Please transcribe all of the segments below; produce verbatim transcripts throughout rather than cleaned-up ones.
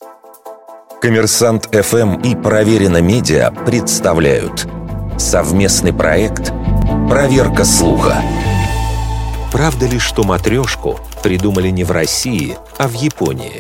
Коммерсант эф эм и Проверено Медиа представляют совместный проект «Проверка слуха». Правда ли, что матрешку придумали не в России, а в Японии?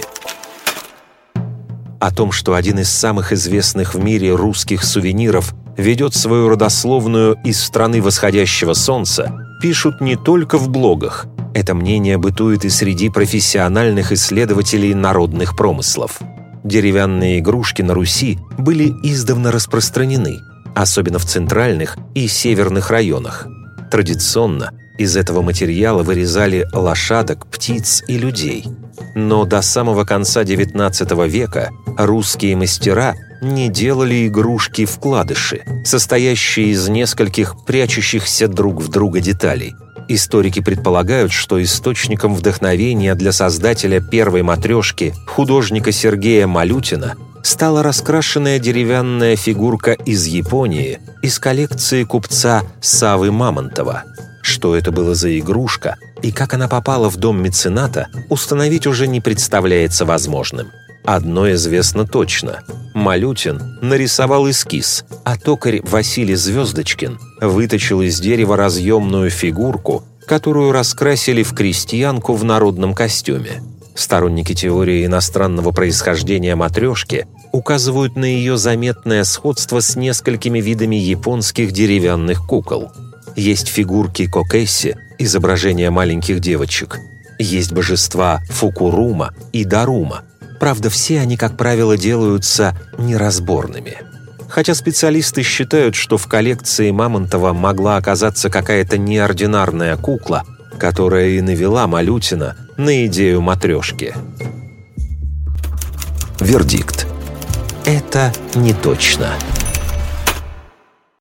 О том, что один из самых известных в мире русских сувениров ведет свою родословную из страны восходящего солнца, пишут не только в блогах. Это мнение бытует и среди профессиональных исследователей народных промыслов. Деревянные игрушки на Руси были издавна распространены, особенно в центральных и северных районах. Традиционно из этого материала вырезали лошадок, птиц и людей. Но до самого конца девятнадцатого века русские мастера не делали игрушки-вкладыши, состоящие из нескольких прячущихся друг в друга деталей. Историки предполагают, что источником вдохновения для создателя первой матрешки, художника Сергея Малютина, стала раскрашенная деревянная фигурка из Японии из коллекции купца Савы Мамонтова. Что это было за игрушка и как она попала в дом мецената, установить уже не представляется возможным. Одно известно точно. Малютин нарисовал эскиз, а токарь Василий Звездочкин выточил из дерева разъемную фигурку, которую раскрасили в крестьянку в народном костюме. Сторонники теории иностранного происхождения матрешки указывают на ее заметное сходство с несколькими видами японских деревянных кукол. Есть фигурки кокэсси, изображения маленьких девочек. Есть божества Фукурума и Дарума. Правда, все они, как правило, делаются неразборными. Хотя специалисты считают, что в коллекции Мамонтова могла оказаться какая-то неординарная кукла, которая и навела Малютина на идею матрешки. Вердикт. Это не точно.